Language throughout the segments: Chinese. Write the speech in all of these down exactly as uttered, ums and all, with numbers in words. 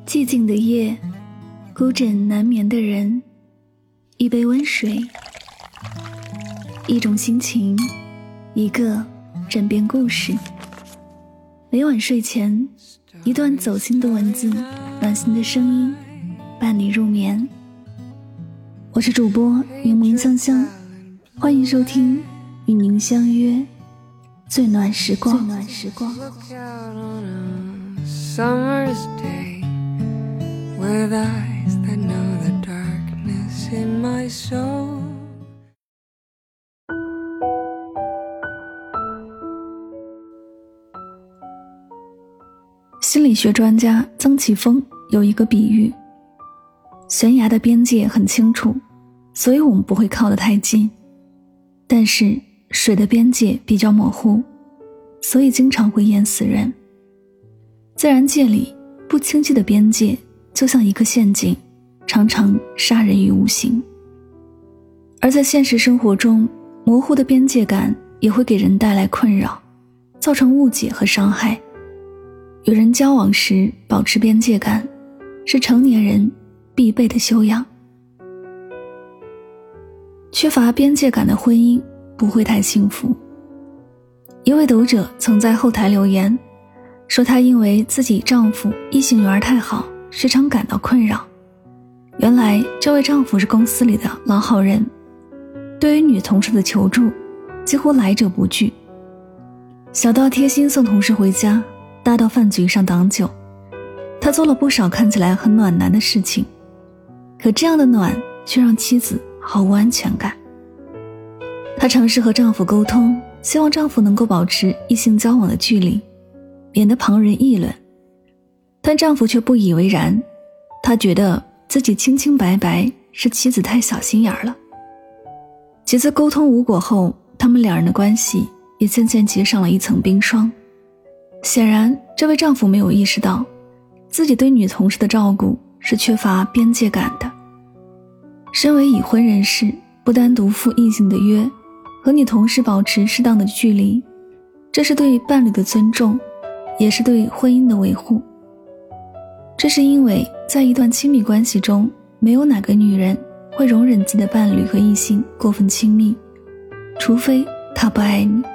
寂静的夜，孤枕难眠的人，一杯温水，一种心情，一个枕边故事。每晚睡前，一段走心的文字，暖心的声音，伴你入眠。我是主播柠檬香香，欢迎收听与您相约最暖时光。最暖时光。With eyes that know the darkness in my soul. 心理学专家曾奇峰有一个比喻，悬崖的边界很清楚，所以我们不会靠得太近，但是水的边界比较模糊，所以经常会淹死人。自然界里不清晰的边界就像一个陷阱，常常杀人于无形。而在现实生活中，模糊的边界感也会给人带来困扰，造成误解和伤害。与人交往时保持边界感，是成年人必备的修养。缺乏边界感的婚姻不会太幸福。一位读者曾在后台留言，说她因为自己丈夫异性缘太好，时常感到困扰。原来这位丈夫是公司里的老好人，对于女同事的求助几乎来者不拒，小到贴心送同事回家，大到饭局上挡酒，他做了不少看起来很暖男的事情，可这样的暖却让妻子毫无安全感。她尝试和丈夫沟通，希望丈夫能够保持异性交往的距离，免得旁人议论，但丈夫却不以为然，他觉得自己清清白白，是妻子太小心眼了。几次沟通无果后，他们两人的关系也渐渐结上了一层冰霜。显然这位丈夫没有意识到自己对女同事的照顾是缺乏边界感的。身为已婚人士，不单独赴异性的约，和女同事保持适当的距离，这是对伴侣的尊重，也是对婚姻的维护。这是因为在一段亲密关系中，没有哪个女人会容忍自己的伴侣和异性过分亲密，除非他不爱你。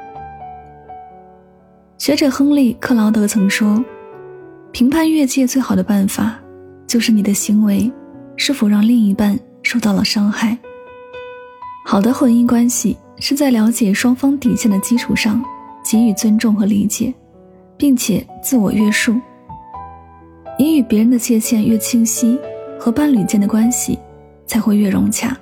学者亨利·克劳德曾说，评判越界最好的办法，就是你的行为是否让另一半受到了伤害。好的婚姻关系是在了解双方底线的基础上，给予尊重和理解，并且自我约束。你与别人的界限越清晰，和伴侣间的关系才会越融洽。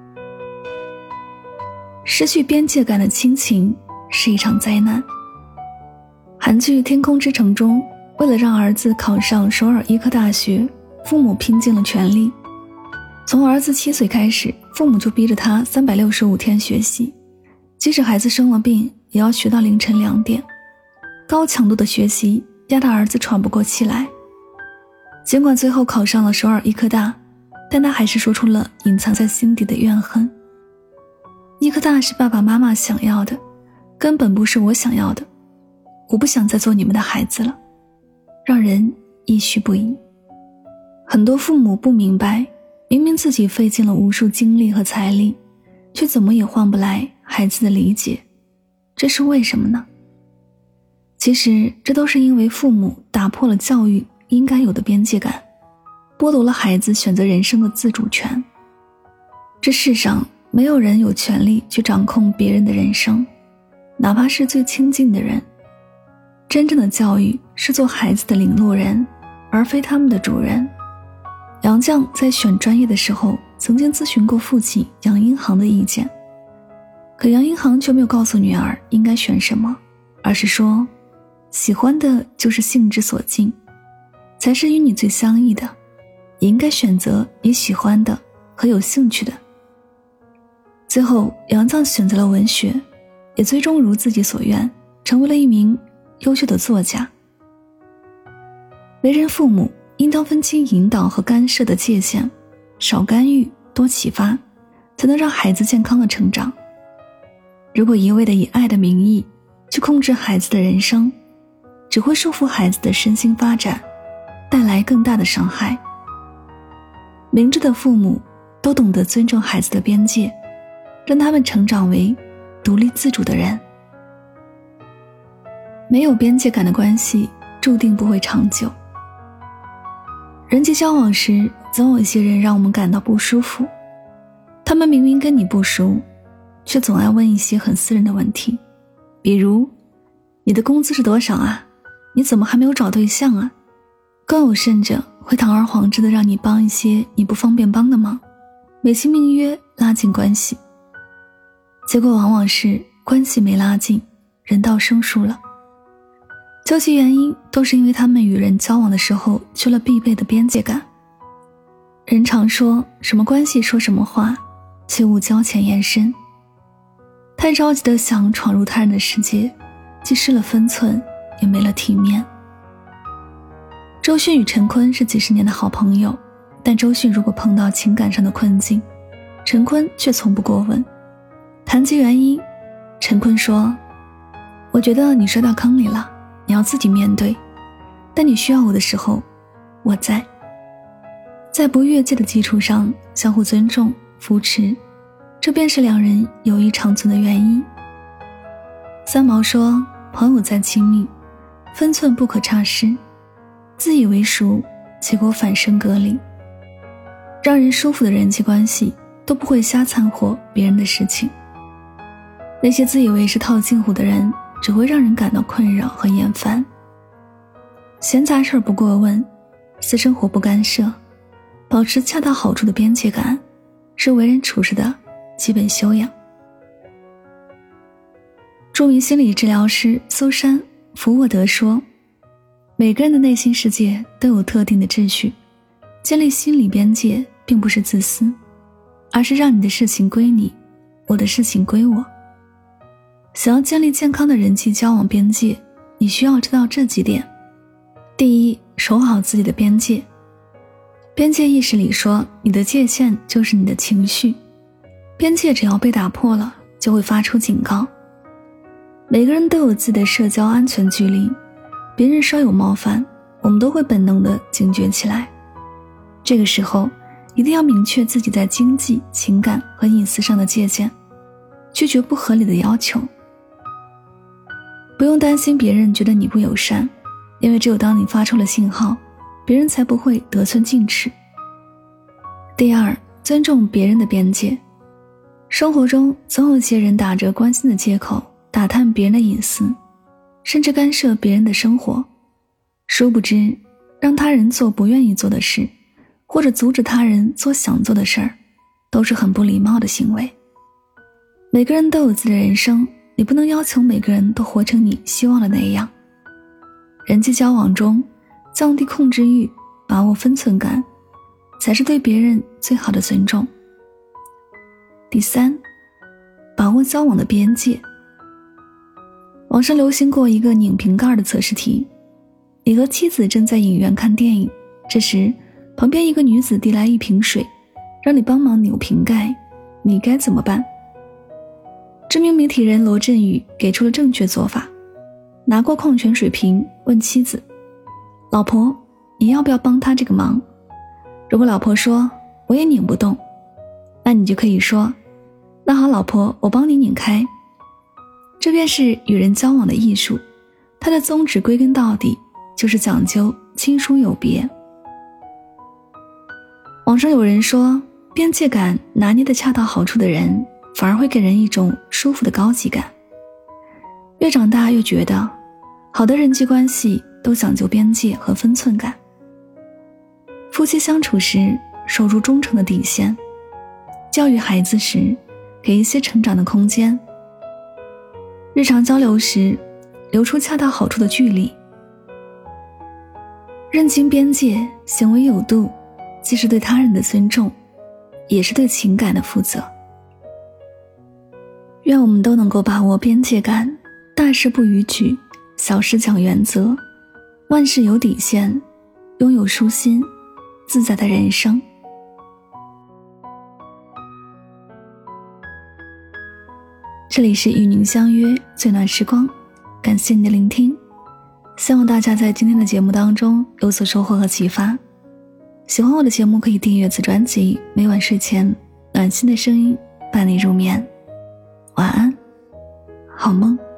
失去边界感的亲情是一场灾难。韩剧《天空之城》中，为了让儿子考上首尔医科大学，父母拼尽了全力。从儿子七岁开始，父母就逼着他三百六十五天学习，即使孩子生了病，也要学到凌晨两点。高强度的学习压得儿子喘不过气来。尽管最后考上了首尔医科大，但他还是说出了隐藏在心底的怨恨。医科大是爸爸妈妈想要的，根本不是我想要的，我不想再做你们的孩子了，让人唏嘘不已。很多父母不明白，明明自己费尽了无数精力和财力，却怎么也换不来孩子的理解，这是为什么呢？其实这都是因为父母打破了教育应该有的边界感，剥夺了孩子选择人生的自主权。这世上没有人有权利去掌控别人的人生，哪怕是最亲近的人。真正的教育是做孩子的领路人，而非他们的主人。杨绛在选专业的时候，曾经咨询过父亲杨荫杭的意见，可杨荫杭却没有告诉女儿应该选什么，而是说，喜欢的就是性之所近，才是与你最相异的，也应该选择你喜欢的和有兴趣的。最后杨绛选择了文学，也最终如自己所愿，成为了一名优秀的作家。为人父母应当分清引导和干涉的界限，少干预多启发，才能让孩子健康的成长。如果一味地以爱的名义去控制孩子的人生，只会束缚孩子的身心发展， 带来更大的伤害。明智的父母都懂得尊重孩子的边界，让他们成长为独立自主的人。没有边界感的关系注定不会长久。人际交往时，总有一些人让我们感到不舒服，他们明明跟你不熟，却总爱问一些很私人的问题，比如你的工资是多少啊？你怎么还没有找对象啊？更有甚者会堂而皇之的让你帮一些你不方便帮的忙，美其名曰拉近关系，结果往往是关系没拉近，人倒生疏了。究其原因，都是因为他们与人交往的时候缺了必备的边界感。人常说什么关系说什么话，切勿交浅言深。太着急的想闯入他人的世界，既失了分寸，也没了体面。周迅与陈坤是几十年的好朋友，但周迅如果碰到情感上的困境，陈坤却从不过问。谈及原因，陈坤说：我觉得你摔到坑里了，你要自己面对，但你需要我的时候，我在。在不越界的基础上相互尊重扶持，这便是两人友谊长存的原因。三毛说，朋友再亲密，分寸不可差失，自以为熟，结果反生隔离。让人舒服的人际关系都不会瞎掺和别人的事情，那些自以为是套近乎的人，只会让人感到困扰和厌烦。闲杂事不过问，私生活不干涉，保持恰到好处的边界感，是为人处事的基本修养。著名心理治疗师苏珊·福沃德说，每个人的内心世界都有特定的秩序，建立心理边界并不是自私，而是让你的事情归你，我的事情归我。想要建立健康的人际交往边界，你需要知道这几点。第一，守好自己的边界。边界意识里说，你的界限就是你的情绪，边界只要被打破了，就会发出警告。每个人都有自己的社交安全距离，别人稍有冒犯，我们都会本能地警觉起来。这个时候一定要明确自己在经济、情感和隐私上的界限，拒绝不合理的要求。不用担心别人觉得你不友善，因为只有当你发出了信号，别人才不会得寸进尺。第二，尊重别人的边界。生活中总有些人打着关心的借口打探别人的隐私，甚至干涉别人的生活，殊不知让他人做不愿意做的事，或者阻止他人做想做的事儿，都是很不礼貌的行为。每个人都有自己的人生，你不能要求每个人都活成你希望的那样。人际交往中，降低控制欲，把握分寸感，才是对别人最好的尊重。第三，把握交往的边界。网上流行过一个拧瓶盖的测试题，你和妻子正在影院看电影，这时旁边一个女子递来一瓶水，让你帮忙扭瓶盖，你该怎么办？知名媒体人罗振宇给出了正确做法，拿过矿泉水瓶问妻子，老婆，你要不要帮他这个忙？如果老婆说我也拧不动，那你就可以说，那好老婆，我帮你拧开。这便是与人交往的艺术，它的宗旨归根到底就是讲究亲疏有别。网上有人说，边界感拿捏的恰到好处的人，反而会给人一种舒服的高级感。越长大越觉得，好的人际关系都讲究边界和分寸感。夫妻相处时，守住忠诚的底线；教育孩子时，给一些成长的空间；日常交流时，留出恰到好处的距离。认清边界，行为有度，既是对他人的尊重，也是对情感的负责。愿我们都能够把握边界感，大事不逾矩，小事讲原则，万事有底线，拥有舒心自在的人生。这里是与您相约最暖时光，感谢你的聆听， 希望大家在今天的节目当中有所收获和启发。喜欢我的节目可以订阅此专辑，每晚睡前暖心的声音伴你入眠。晚安，好梦。